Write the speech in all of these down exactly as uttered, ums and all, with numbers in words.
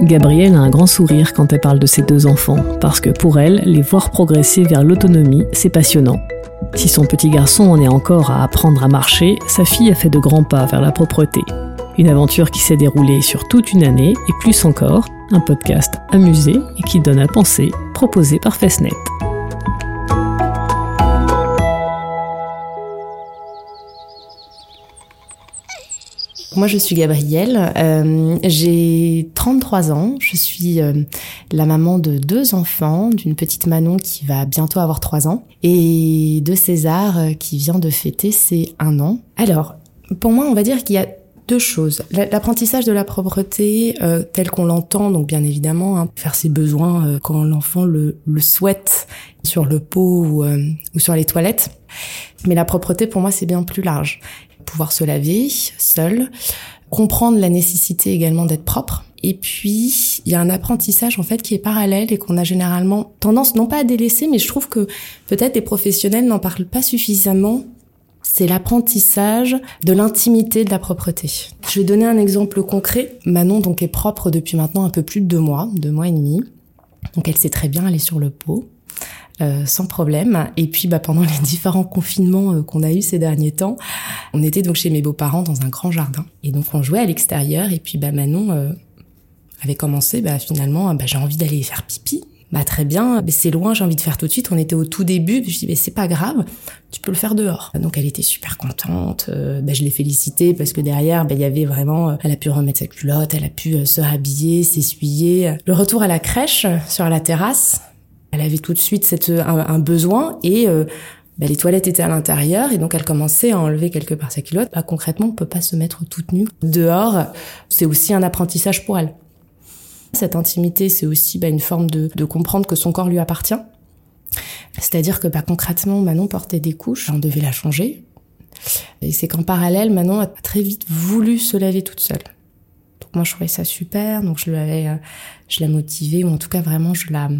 Gabrielle a un grand sourire quand elle parle de ses deux enfants, parce que pour elle, les voir progresser vers l'autonomie, c'est passionnant. Si son petit garçon en est encore à apprendre à marcher, sa fille a fait de grands pas vers la propreté. Une aventure qui s'est déroulée sur toute une année, et plus encore, un podcast amusé et qui donne à penser, proposé par Fesnet. Moi, je suis Gabrielle, euh, j'ai trente-trois ans, je suis euh, la maman de deux enfants, d'une petite Manon qui va bientôt avoir trois ans et de César euh, qui vient de fêter ses un an. Alors, pour moi, on va dire qu'il y a deux choses. L'apprentissage de la propreté euh, tel qu'on l'entend, donc bien évidemment, hein, faire ses besoins euh, quand l'enfant le, le souhaite sur le pot ou, euh, ou sur les toilettes. Mais la propreté, pour moi, c'est bien plus large. Pouvoir se laver seul, comprendre la nécessité également d'être propre. Et puis, il y a un apprentissage en fait qui est parallèle et qu'on a généralement tendance non pas à délaisser, mais je trouve que peut-être les professionnels n'en parlent pas suffisamment. C'est l'apprentissage de l'intimité de la propreté. Je vais donner un exemple concret. Manon donc est propre depuis maintenant un peu plus de deux mois, deux mois et demi. Donc elle sait très bien aller sur le pot. Euh, sans problème. Et puis bah pendant les différents confinements euh, qu'on a eu ces derniers temps, on était donc chez mes beaux-parents dans un grand jardin. Et donc on jouait à l'extérieur et puis bah Manon euh, avait commencé bah finalement bah j'ai envie d'aller faire pipi. Bah très bien, mais c'est loin, j'ai envie de faire tout de suite. On était au tout début, puis je dis mais c'est pas grave, tu peux le faire dehors. Donc elle était super contente, euh, bah je l'ai félicitée parce que derrière bah il y avait vraiment, euh, elle a pu remettre sa culotte, elle a pu euh, se rhabiller, s'essuyer. Le retour à la crèche sur la terrasse. Elle avait tout de suite cette, un, un besoin et euh, bah, les toilettes étaient à l'intérieur et donc elle commençait à enlever quelque part sa culotte. Bah, concrètement, on peut pas se mettre toute nue dehors. C'est aussi un apprentissage pour elle. Cette intimité, c'est aussi bah, une forme de, de comprendre que son corps lui appartient. C'est-à-dire que bah, concrètement, Manon portait des couches, on devait la changer. Et c'est qu'en parallèle, Manon a très vite voulu se laver toute seule. Donc moi, je trouvais ça super. Donc je l'avais, euh, je la motivais ou en tout cas vraiment, je la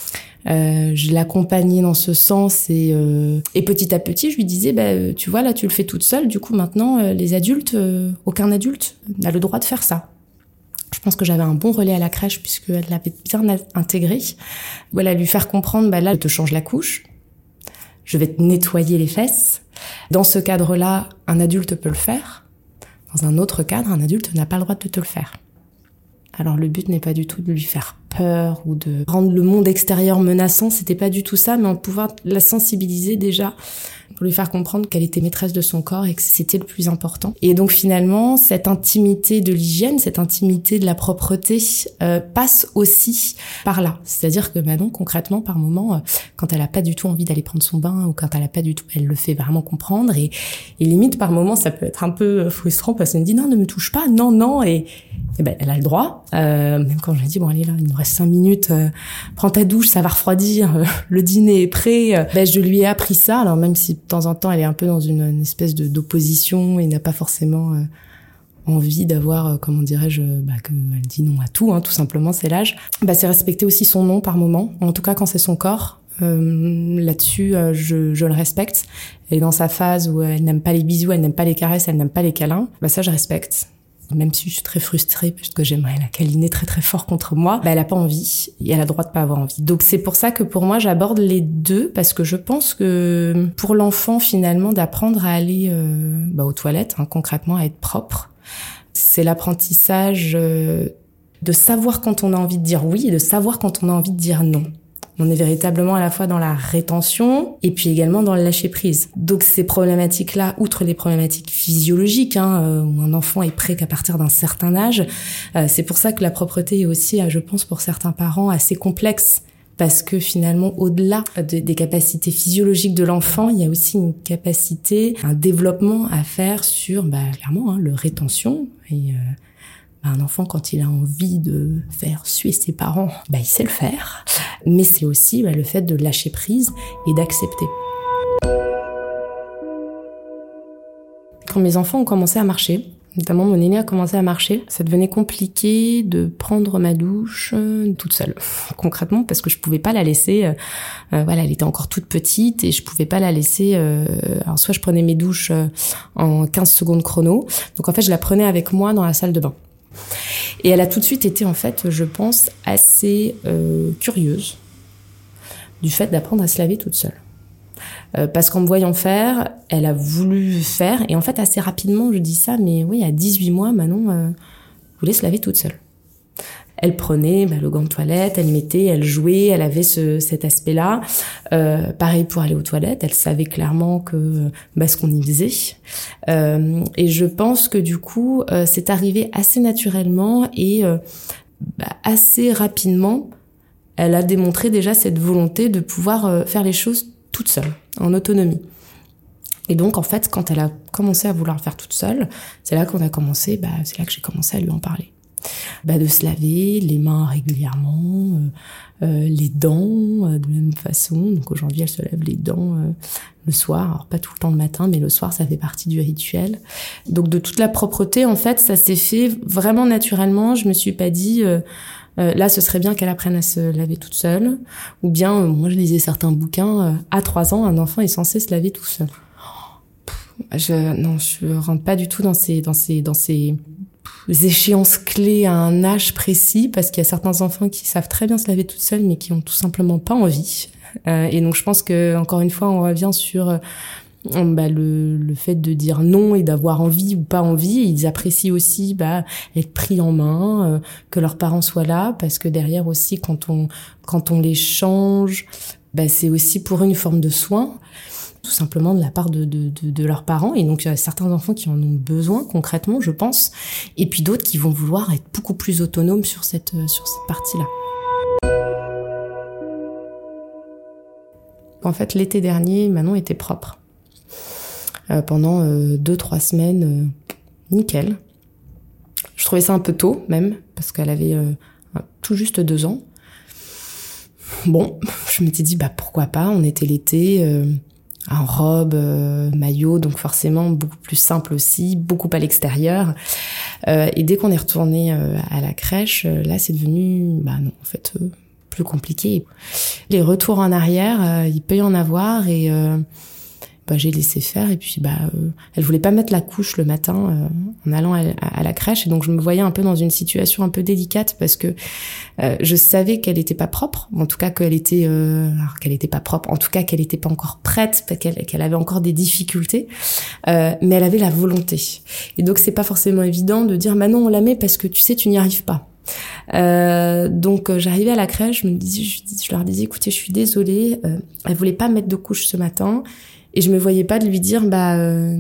Euh, je l'accompagnais dans ce sens et, euh, et petit à petit je lui disais bah, tu vois là tu le fais toute seule, du coup maintenant euh, les adultes, euh, aucun adulte n'a le droit de faire ça. Je pense que j'avais un bon relais à la crèche puisqu'elle l'avait bien intégré. Voilà, lui faire comprendre bah là je te change la couche, je vais te nettoyer les fesses. Dans ce cadre-là, un adulte peut le faire. Dans un autre cadre, un adulte n'a pas le droit de te le faire. Alors le but n'est pas du tout de lui faire peur ou de rendre le monde extérieur menaçant, c'était pas du tout ça, mais en pouvoir la sensibiliser déjà pour lui faire comprendre qu'elle était maîtresse de son corps et que c'était le plus important. Et donc finalement, cette intimité de l'hygiène, cette intimité de la propreté euh, passe aussi par là. C'est-à-dire que Manon, concrètement, par moment, euh, quand elle a pas du tout envie d'aller prendre son bain ou quand elle a pas du tout, elle le fait vraiment comprendre et, et limite par moment, ça peut être un peu frustrant parce qu'elle me dit non, ne me touche pas, non, non, et, et ben elle a le droit. Euh, même quand je lui dis bon allez là, il nous reste cinq minutes, euh, prends ta douche, ça va refroidir, euh, le dîner est prêt. Euh, ben je lui ai appris ça. Alors même si de temps en temps elle est un peu dans une, une espèce de d'opposition et n'a pas forcément euh, envie d'avoir, euh, comment dirais-je, bah qu'elle dit non à tout, hein, tout simplement, c'est l'âge. Bah c'est respecter aussi son nom par moment. En tout cas quand c'est son corps. Euh, là-dessus, euh, je, je le respecte. Et dans sa phase où elle n'aime pas les bisous, elle n'aime pas les caresses, elle n'aime pas les câlins, bah ça je respecte. Même si je suis très frustrée parce que j'aimerais la câliner très très fort contre moi, bah elle a pas envie et elle a le droit de pas avoir envie. Donc c'est pour ça que pour moi j'aborde les deux parce que je pense que pour l'enfant finalement d'apprendre à aller euh, bah, aux toilettes, hein, concrètement à être propre, c'est l'apprentissage euh, de savoir quand on a envie de dire oui et de savoir quand on a envie de dire non. On est véritablement à la fois dans la rétention et puis également dans le lâcher-prise. Donc ces problématiques-là, outre les problématiques physiologiques, hein, où un enfant est prêt qu'à partir d'un certain âge, euh, c'est pour ça que la propreté est aussi, je pense, pour certains parents, assez complexe. Parce que finalement, au-delà de, des capacités physiologiques de l'enfant, il y a aussi une capacité, un développement à faire sur, bah, clairement, hein, le rétention et... Euh, un enfant, quand il a envie de faire suer ses parents, bah, il sait le faire. Mais c'est aussi bah, le fait de lâcher prise et d'accepter. Quand mes enfants ont commencé à marcher, notamment mon aîné a commencé à marcher, ça devenait compliqué de prendre ma douche euh, toute seule, concrètement, parce que je pouvais pas la laisser, euh, euh, voilà, elle était encore toute petite et je pouvais pas la laisser, euh, alors soit je prenais mes douches euh, en quinze secondes chrono, donc en fait je la prenais avec moi dans la salle de bain. Et elle a tout de suite été, en fait, je pense, assez euh, curieuse du fait d'apprendre à se laver toute seule. Euh, parce qu'en me voyant faire, elle a voulu faire. Et en fait, assez rapidement, je dis ça, mais oui, à dix-huit mois, Manon euh, voulait se laver toute seule. Elle prenait bah, le gant de toilette, elle mettait, elle jouait, elle avait ce, cet aspect-là. Euh, pareil pour aller aux toilettes, elle savait clairement que bah, ce qu'on y faisait. Euh, et je pense que du coup, euh, c'est arrivé assez naturellement et euh, bah, assez rapidement. Elle a démontré déjà cette volonté de pouvoir euh, faire les choses toute seule, en autonomie. Et donc, en fait, quand elle a commencé à vouloir le faire toute seule, c'est là qu'on a commencé, bah, c'est là que j'ai commencé à lui en parler. Bah, de se laver les mains régulièrement, euh, euh, les dents euh, de la même façon. Donc aujourd'hui, elle se lave les dents euh, le soir. Alors pas tout le temps le matin, mais le soir, ça fait partie du rituel. Donc de toute la propreté, en fait, ça s'est fait vraiment naturellement. Je me suis pas dit... Euh, Euh, là, ce serait bien qu'elle apprenne à se laver toute seule. Ou bien, euh, moi, je lisais certains bouquins. Euh, à trois ans, un enfant est censé se laver tout seul. Je, non, je rentre pas du tout dans ces, dans ces, dans ces échéances clés à un âge précis, parce qu'il y a certains enfants qui savent très bien se laver toute seule, mais qui ont tout simplement pas envie. Euh, et donc, je pense que, encore une fois, on revient sur euh, bah, le, le fait de dire non et d'avoir envie ou pas envie. Ils apprécient aussi bah, être pris en main, euh, que leurs parents soient là, parce que derrière aussi, quand on, quand on les change, bah, c'est aussi pour eux une forme de soin, tout simplement de la part de, de, de, de leurs parents. Et donc, il y a certains enfants qui en ont besoin concrètement, je pense, et puis d'autres qui vont vouloir être beaucoup plus autonomes sur cette, sur cette partie-là. En fait, l'été dernier, Manon était propre. Euh, pendant euh, deux, trois semaines, euh, nickel. Je trouvais ça un peu tôt, même, parce qu'elle avait euh, tout juste deux ans. Bon, je m'étais dit, bah pourquoi pas, on était l'été, euh, en robe, euh, maillot, donc forcément beaucoup plus simple aussi, beaucoup à l'extérieur. Euh, et dès qu'on est retourné euh, à la crèche, euh, là c'est devenu, bah non, en fait, euh, plus compliqué. Les retours en arrière, euh, il peut y en avoir et... Euh, Bah, j'ai laissé faire et puis bah euh, elle voulait pas mettre la couche le matin euh, en allant à, à, à la crèche et donc je me voyais un peu dans une situation un peu délicate parce que euh, je savais qu'elle était pas propre, en tout cas qu'elle était euh, alors qu'elle était pas propre, en tout cas qu'elle était pas encore prête, qu'elle qu'elle avait encore des difficultés, euh, mais elle avait la volonté. Et donc c'est pas forcément évident de dire bah non on la met parce que tu sais tu n'y arrives pas. Euh, donc euh, j'arrivais à la crèche, je me disais, je, je leur disais écoutez je suis désolée, euh, elle voulait pas mettre de couche ce matin. Et je me voyais pas de lui dire, bah euh,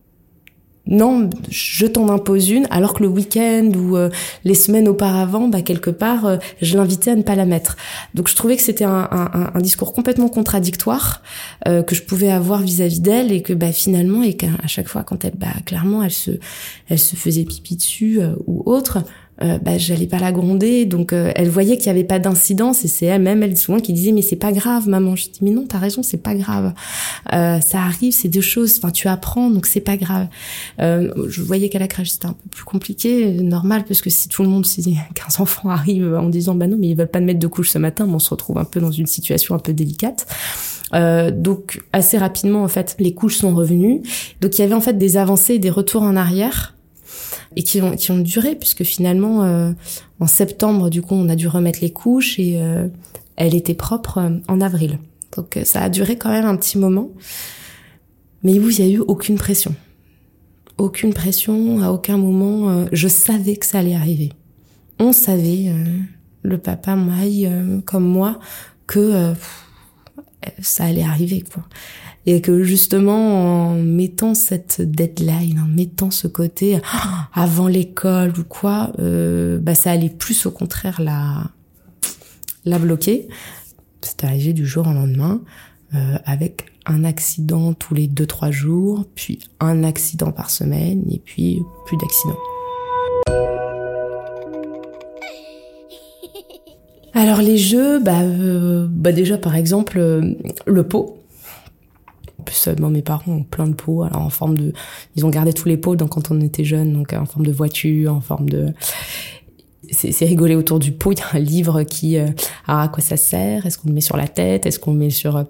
non, je t'en impose une, alors que le week-end ou euh, les semaines auparavant, bah quelque part, euh, je l'invitais à ne pas la mettre. Donc je trouvais que c'était un, un, un discours complètement contradictoire euh, que je pouvais avoir vis-à-vis d'elle et que bah finalement et qu'à chaque fois quand elle, bah clairement, elle se, elle se faisait pipi dessus euh, ou autre. Euh, bah j'allais pas la gronder, donc euh, elle voyait qu'il y avait pas d'incidence et c'est elle-même elle souvent qui disait mais c'est pas grave maman. Je dis mais non t'as raison c'est pas grave, euh, ça arrive c'est deux choses, enfin tu apprends donc c'est pas grave. Euh, je voyais qu'à la crèche c'était un peu plus compliqué, normal parce que si tout le monde si quinze enfants arrivent en disant bah non mais ils veulent pas me mettre de couche ce matin, on se retrouve un peu dans une situation un peu délicate. Euh, donc assez rapidement en fait les couches sont revenues, donc il y avait en fait des avancées et des retours en arrière. Et qui ont, qui ont duré, puisque finalement, euh, en septembre, du coup, on a dû remettre les couches et euh, elle était propre euh, en avril. Donc, euh, ça a duré quand même un petit moment. Mais oui, il n'y a eu aucune pression. Aucune pression, à aucun moment. Euh, je savais que ça allait arriver. On savait, euh, le papa, Maï, euh, comme moi, que euh, ça allait arriver, quoi. Et que justement, en mettant cette deadline, en mettant ce côté ah, avant l'école ou quoi, euh, bah ça allait plus au contraire la, la bloquer. C'est arrivé du jour au lendemain, euh, avec un accident tous les deux, trois jours, puis un accident par semaine, et puis plus d'accidents. Alors les jeux, bah, euh, bah déjà par exemple, euh, le pot. En plus, euh, bon, mes parents ont plein de pots, alors en forme de, ils ont gardé tous les pots donc quand on était jeunes, donc en forme de voiture, en forme de, c'est, c'est rigolé autour du pot. Il y a un livre qui, euh, ah, à quoi ça sert? Est-ce qu'on le met sur la tête? Est-ce qu'on le met sur,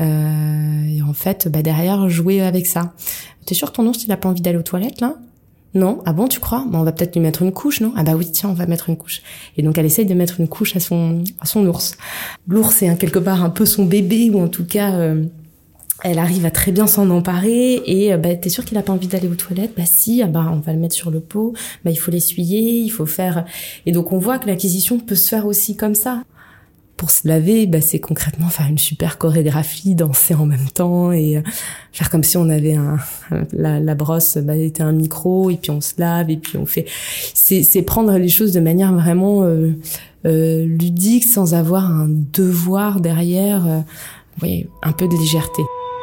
euh, et en fait, bah derrière, jouer avec ça. T'es sûr que ton ours il a pas envie d'aller aux toilettes là? Non? Ah bon, tu crois? Bah, on va peut-être lui mettre une couche, non? Ah bah oui, tiens, on va mettre une couche. Et donc, elle essaye de mettre une couche à son, à son ours. L'ours est hein, quelque part un peu son bébé, ou en tout cas, euh, elle arrive à très bien s'en emparer. Et euh, bah, t'es sûr qu'il a pas envie d'aller aux toilettes? Bah si, ah bah on va le mettre sur le pot. Bah il faut l'essuyer, il faut faire. Et donc on voit que l'acquisition peut se faire aussi comme ça. Pour se laver, bah, c'est concrètement faire une super chorégraphie, danser en même temps et faire comme si on avait un, la, la brosse, bah, était un micro et puis on se lave et puis on fait. C'est, c'est prendre les choses de manière vraiment euh, euh, ludique sans avoir un devoir derrière. Euh, oui, un peu de légèreté.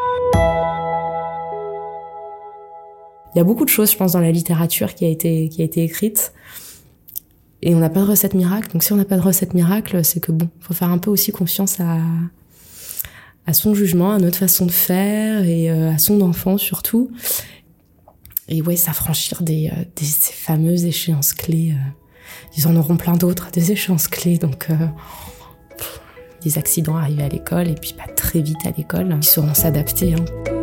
Il y a beaucoup de choses, je pense, dans la littérature qui a été qui a été écrite. Et on n'a pas de recette miracle. Donc si on n'a pas de recette miracle, c'est que bon, faut faire un peu aussi confiance à à son jugement, à notre façon de faire et euh, à son enfant surtout. Et ouais, s'affranchir des, euh, des ces fameuses échéances clés. Euh, ils en auront plein d'autres, des échéances clés. Donc euh, pff, des accidents arrivés à l'école et puis pas très vite à l'école, ils sauront s'adapter. Hein.